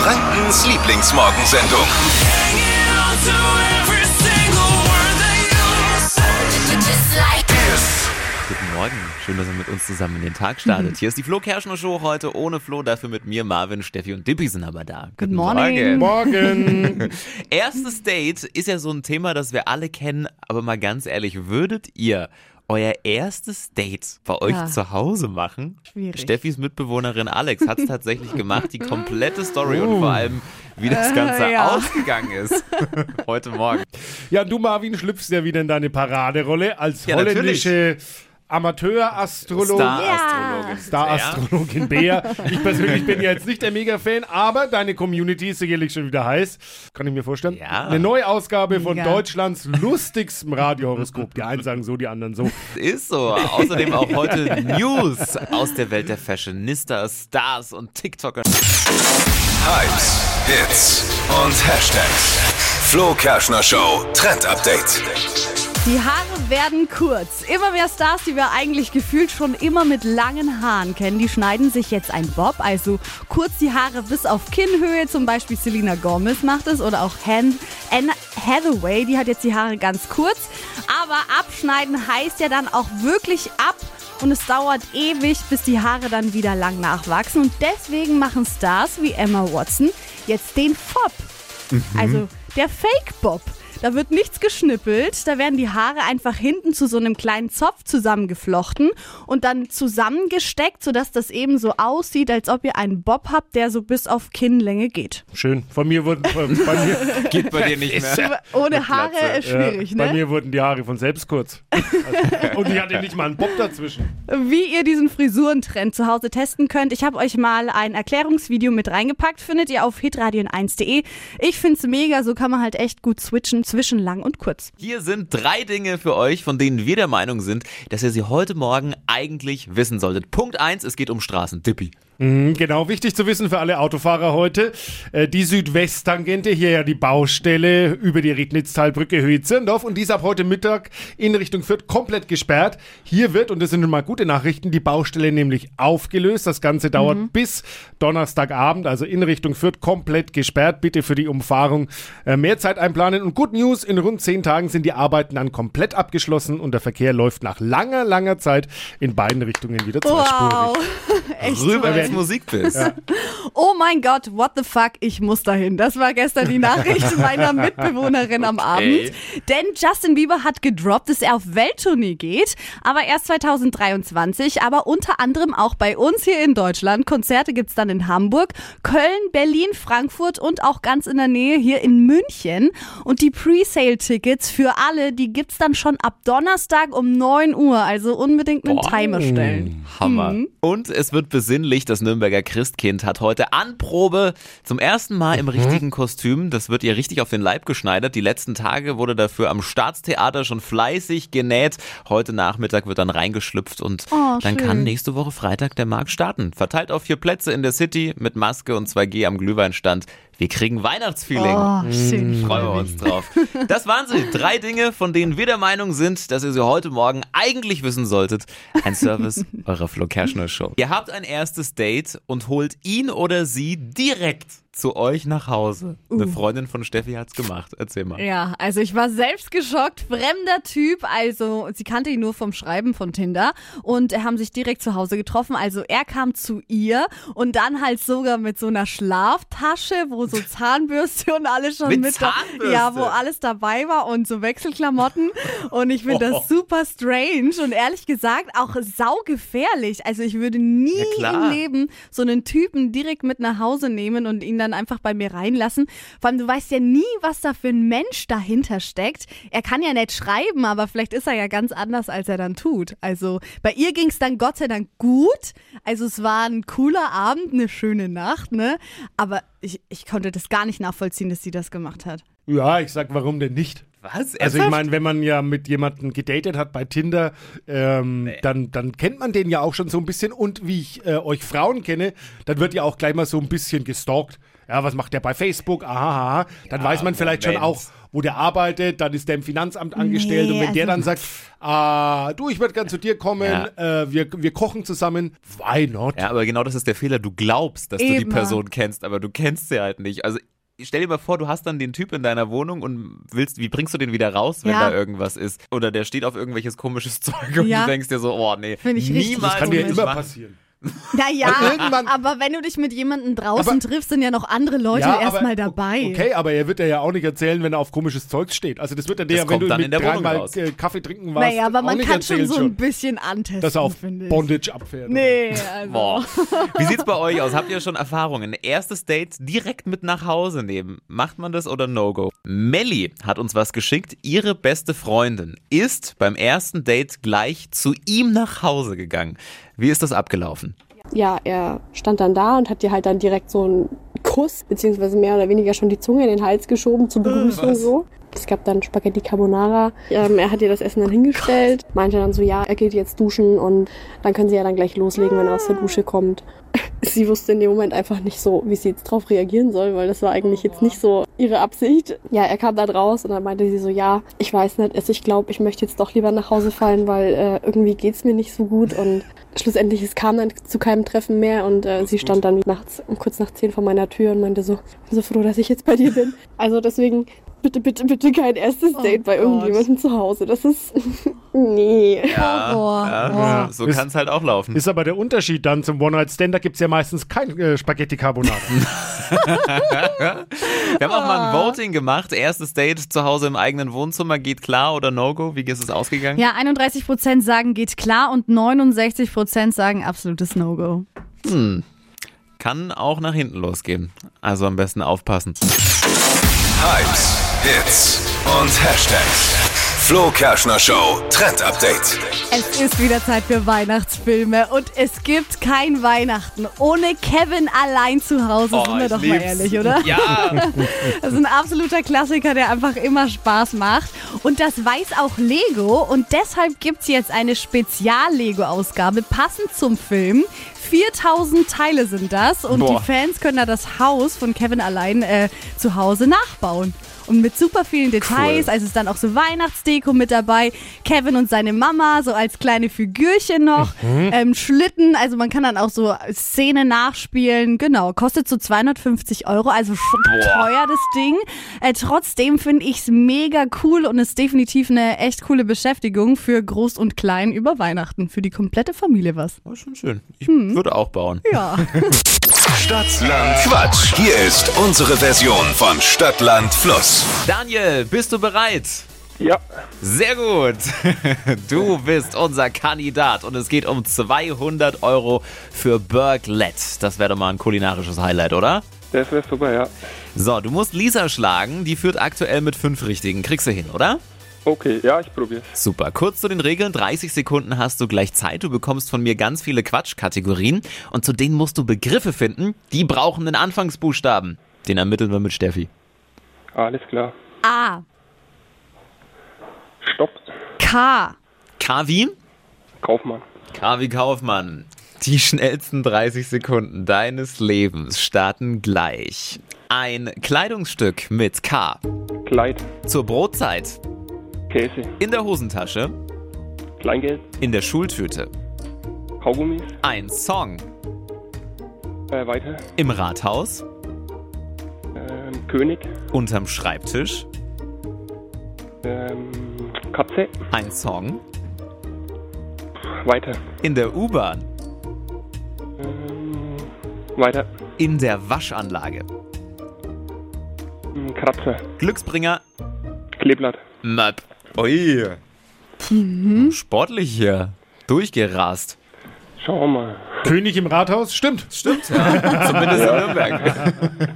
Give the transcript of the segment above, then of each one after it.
Frankens Lieblingsmorgensendung. Guten Morgen, schön, dass ihr mit uns zusammen in den Tag startet. Hier ist die Flo Kerschner Show heute ohne Flo, dafür mit mir, Marvin, Steffi und Dippi sind aber da. Good morning. Morgen. Erstes Date ist ja so ein Thema, das wir alle kennen, aber mal ganz ehrlich, würdet ihr euer erstes Date bei euch zu Hause machen? Schwierig. Steffis Mitbewohnerin Alex hat es tatsächlich gemacht, die komplette Story und vor allem, wie das Ganze ausgegangen ist. Heute Morgen. Ja, du Marvin schlüpfst ja wieder in deine Paraderolle als Ja, holländische Amateurastrologin. Star-Astrologin Bea. Ich persönlich bin ja jetzt nicht der Mega-Fan, aber deine Community ist sicherlich schon wieder heiß. Kann ich mir vorstellen. Ja. Eine Neuausgabe von Mega. Deutschlands lustigstem Radiohoroskop. Die einen sagen so, die anderen so. Ist so. Außerdem auch heute News aus der Welt der Fashionistas, Stars und TikToker. Hypes, Hits und Hashtags. Flo Kerschner Show Trend Update. Die Haare werden kurz. Immer mehr Stars, die wir eigentlich gefühlt schon immer mit langen Haaren kennen, die schneiden sich jetzt ein Bob, also kurz die Haare bis auf Kinnhöhe. Zum Beispiel Selena Gomez macht es oder auch Anne Hathaway, die hat jetzt die Haare ganz kurz. Aber abschneiden heißt ja dann auch wirklich ab. Und es dauert ewig, bis die Haare dann wieder lang nachwachsen. Und deswegen machen Stars wie Emma Watson jetzt den Fob. Also der Fake-Bob. Da wird nichts geschnippelt, da werden die Haare einfach hinten zu so einem kleinen Zopf zusammengeflochten und dann zusammengesteckt, sodass das eben so aussieht, als ob ihr einen Bob habt, der so bis auf Kinnlänge geht. Schön. Von mir wurden Geht bei dir nicht mehr. Ohne Haare ist schwierig, bei ne? mir wurden die Haare von selbst kurz. Also, und ich hatte nicht mal einen Bob dazwischen. Wie ihr diesen Frisurentrend zu Hause testen könnt, ich habe euch mal ein Erklärungsvideo mit reingepackt, findet ihr auf hitradion1.de. Ich find's mega, so kann man halt echt gut switchen zwischen lang und kurz. Hier sind 3 Dinge für euch, von denen wir der Meinung sind, dass ihr sie heute Morgen eigentlich wissen solltet. Punkt 1, es geht um Straßen. Dippi. Genau, wichtig zu wissen für alle Autofahrer heute. Die Südwesttangente, hier ja die Baustelle über die Regnitz-Talbrücke Höhe Zirndorf und die ist ab heute Mittag in Richtung Fürth komplett gesperrt. Hier wird, und das sind nun mal gute Nachrichten, die Baustelle nämlich aufgelöst. Das Ganze dauert bis Donnerstagabend, also in Richtung Fürth komplett gesperrt. Bitte für die Umfahrung mehr Zeit einplanen. Und Good News, in rund 10 Tagen sind die Arbeiten dann komplett abgeschlossen und der Verkehr läuft nach langer, langer Zeit in beiden Richtungen wieder zweispurig. Wow, echt Rüber toll. ins Musikbiss. Ja. Oh mein Gott, what the fuck, ich muss dahin. Das war gestern die Nachricht meiner Mitbewohnerin am Abend. Denn Justin Bieber hat gedroppt, dass er auf Welttournee geht, aber erst 2023, aber unter anderem auch bei uns hier in Deutschland. Konzerte gibt's dann in Hamburg, Köln, Berlin, Frankfurt und auch ganz in der Nähe hier in München. Und die Presale-Tickets für alle, die gibt's dann schon ab Donnerstag um 9 Uhr, also unbedingt einen Timer stellen. Hammer. Und es wird besinnlich, das Nürnberger Christkind hat heute Anprobe zum ersten Mal im richtigen Kostüm. Das wird ihr richtig auf den Leib geschneidert. Die letzten Tage wurde dafür am Staatstheater schon fleißig genäht. Heute Nachmittag wird dann reingeschlüpft und dann schön. kann nächste Woche Freitag der Markt starten. Verteilt auf 4 Plätze in der City mit Maske und 2G am Glühweinstand. Wir kriegen Weihnachtsfeeling. Oh, schön. Freuen wir uns drauf. Das waren sie. 3 Dinge, von denen wir der Meinung sind, dass ihr sie heute Morgen eigentlich wissen solltet. Ein Service eurer Flo Kerschner Show. Ihr habt ein erstes Date und holt ihn oder sie direkt zu euch nach Hause. Eine Freundin von Steffi hat's gemacht. Erzähl mal. Ja, also ich war selbst geschockt. Fremder Typ, also sie kannte ihn nur vom Schreiben von Tinder und haben sich direkt zu Hause getroffen. Also er kam zu ihr und dann halt sogar mit so einer Schlaftasche, wo so Zahnbürste und alles schon Mit Zahnbürste? Ja, wo alles dabei war und so Wechselklamotten. Und ich finde das super strange und ehrlich gesagt auch saugefährlich. Also ich würde nie im Leben so einen Typen direkt mit nach Hause nehmen und ihn dann einfach bei mir reinlassen. Vor allem, du weißt ja nie, was da für ein Mensch dahinter steckt. Er kann ja nicht schreiben, aber vielleicht ist er ja ganz anders, als er dann tut. Also bei ihr ging es dann Gott sei Dank gut. Also es war ein cooler Abend, eine schöne Nacht, ne? Aber ich konnte das gar nicht nachvollziehen, dass sie das gemacht hat. Ja, ich sag, warum denn nicht? Was? Also ich meine, wenn man ja mit jemandem gedatet hat bei Tinder, dann kennt man den ja auch schon so ein bisschen. Und wie ich euch Frauen kenne, dann wird ja auch gleich mal so ein bisschen gestalkt. Ja, was macht der bei Facebook? Aha. Dann weiß man vielleicht schon auch, wo der arbeitet. Dann ist der im Finanzamt angestellt. Und wenn der dann sagt, du, ich würde gern zu dir kommen, wir kochen zusammen, why not? Ja, aber genau das ist der Fehler. Du glaubst, dass du die Person kennst, aber du kennst sie halt nicht. Also stell dir mal vor, du hast dann den Typ in deiner Wohnung und wie bringst du den wieder raus, wenn da irgendwas ist? Oder der steht auf irgendwelches komisches Zeug und du denkst dir so, oh nee, niemals. Das kann dir immer passieren. Naja, aber wenn du dich mit jemandem draußen triffst, sind ja noch andere Leute erstmal dabei. Okay, aber er wird ja auch nicht erzählen, wenn er auf komisches Zeugs steht. Also das wird er dir, wenn du mit dreimal Kaffee trinken warst, naja, aber man nicht kann schon so ein bisschen antesten, dass er auf Bondage abfährt. Nee, also. Boah. Wie sieht's bei euch aus? Habt ihr schon Erfahrungen? Erstes Date direkt mit nach Hause nehmen. Macht man das oder No-Go? Melli hat uns was geschickt. Ihre beste Freundin ist beim ersten Date gleich zu ihm nach Hause gegangen. Wie ist das abgelaufen? Ja, er stand dann da und hat dir halt dann direkt so einen Kuss, beziehungsweise mehr oder weniger schon die Zunge in den Hals geschoben zur Begrüßung so. Es gab dann Spaghetti Carbonara. Er hat ihr das Essen dann hingestellt, meinte dann so, ja, er geht jetzt duschen und dann können sie ja dann gleich loslegen, wenn er aus der Dusche kommt. Sie wusste in dem Moment einfach nicht so, wie sie jetzt drauf reagieren soll, weil das war eigentlich jetzt nicht so ihre Absicht. Ja, er kam dann raus und dann meinte sie so, ja, ich weiß nicht, ich glaube, ich möchte jetzt doch lieber nach Hause fallen, weil irgendwie geht's mir nicht so gut und schlussendlich, es kam dann zu keinem Treffen mehr und sie stand dann kurz nach 10 vor meiner Tür und meinte so, ich bin so froh, dass ich jetzt bei dir bin. Also deswegen, bitte kein erstes Date bei irgendjemandem zu Hause. Das ist, nee. Ja, so kann es halt auch laufen. Ist aber der Unterschied dann zum One-Night-Stand, da gibt es ja meistens kein Spaghetti Carbonara. Wir haben auch mal ein Voting gemacht. Erstes Date zu Hause im eigenen Wohnzimmer, geht klar oder No-Go? Wie ist es ausgegangen? Ja, 31% sagen geht klar und 69% sagen absolutes No-Go. Kann auch nach hinten losgehen. Also am besten aufpassen. Hypes, Hits und Hashtags. Flo Kerschner Show Trend Update. Es ist wieder Zeit für Weihnachtsfilme und es gibt kein Weihnachten ohne Kevin allein zu Hause. Sind wir doch mal ehrlich, oder? Ja! Das ist ein absoluter Klassiker, der einfach immer Spaß macht. Und das weiß auch Lego und deshalb gibt es jetzt eine Spezial-Lego-Ausgabe passend zum Film. 4000 Teile sind das und die Fans können da das Haus von Kevin allein zu Hause nachbauen. Und mit super vielen Details, also ist dann auch so Weihnachtsdeko mit dabei. Kevin und seine Mama, so als kleine Figürchen noch. Schlitten, also man kann dann auch so Szenen nachspielen. Genau, kostet so 250 €, also schon teuer das Ding. Trotzdem finde ich es mega cool und ist definitiv eine echt coole Beschäftigung für Groß und Klein über Weihnachten. Für die komplette Familie was. War schon schön. Ich würde auch bauen. Ja. Stadtland Quatsch. Hier ist unsere Version von Stadtland Fluss. Daniel, bist du bereit? Ja. Sehr gut. Du bist unser Kandidat und es geht um 200 € für Burglet. Das wäre doch mal ein kulinarisches Highlight, oder? Das wäre super, ja. So, du musst Lisa schlagen. Die führt aktuell mit 5 Richtigen. Kriegst du hin, oder? Okay, ja, ich probier's. Super. Kurz zu den Regeln. 30 Sekunden hast du gleich Zeit. Du bekommst von mir ganz viele Quatschkategorien und zu denen musst du Begriffe finden. Die brauchen einen Anfangsbuchstaben. Den ermitteln wir mit Steffi. Alles klar. A. Stopp. K. K wie? Kaufmann. K wie Kaufmann. Die schnellsten 30 Sekunden deines Lebens starten gleich. Ein Kleidungsstück mit K. Kleid. Zur Brotzeit. Käse. In der Hosentasche. Kleingeld. In der Schultüte. Kaugummis. Ein Song. Weiter. Im Rathaus. König. Unterm Schreibtisch. Katze. Ein Song. Weiter. In der U-Bahn. Weiter. In der Waschanlage. Kratzer. Glücksbringer. Kleeblatt. Möp. Ui. Sportlich hier. Durchgerast. Schauen wir mal. König im Rathaus? Stimmt. Stimmt, ja. Zumindest in Nürnberg.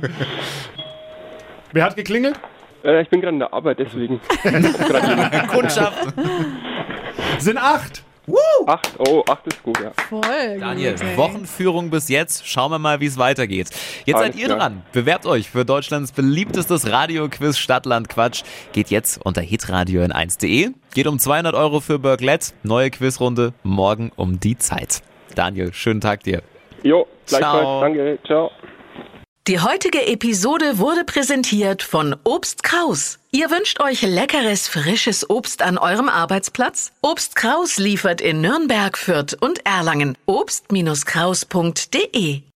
Wer hat geklingelt? Ich bin gerade in der Arbeit, deswegen. Kundschaft. Sind 8. 8. Oh, 8 ist gut, ja. Voll. Daniel, gut, ey. Wochenführung bis jetzt. Schauen wir mal, wie es weitergeht. Jetzt Alles seid ihr klar. dran. Bewerbt euch für Deutschlands beliebtestes Radioquiz Stadtland Quatsch. Geht jetzt unter hitradio in 1.de. Geht um 200 € für Burglet. Neue Quizrunde morgen um die Zeit. Daniel, schönen Tag dir. Jo, gleichfalls. Ciao. Danke. Ciao. Die heutige Episode wurde präsentiert von Obst Kraus. Ihr wünscht euch leckeres, frisches Obst an eurem Arbeitsplatz? Obst Kraus liefert in Nürnberg, Fürth und Erlangen. Obst-Kraus.de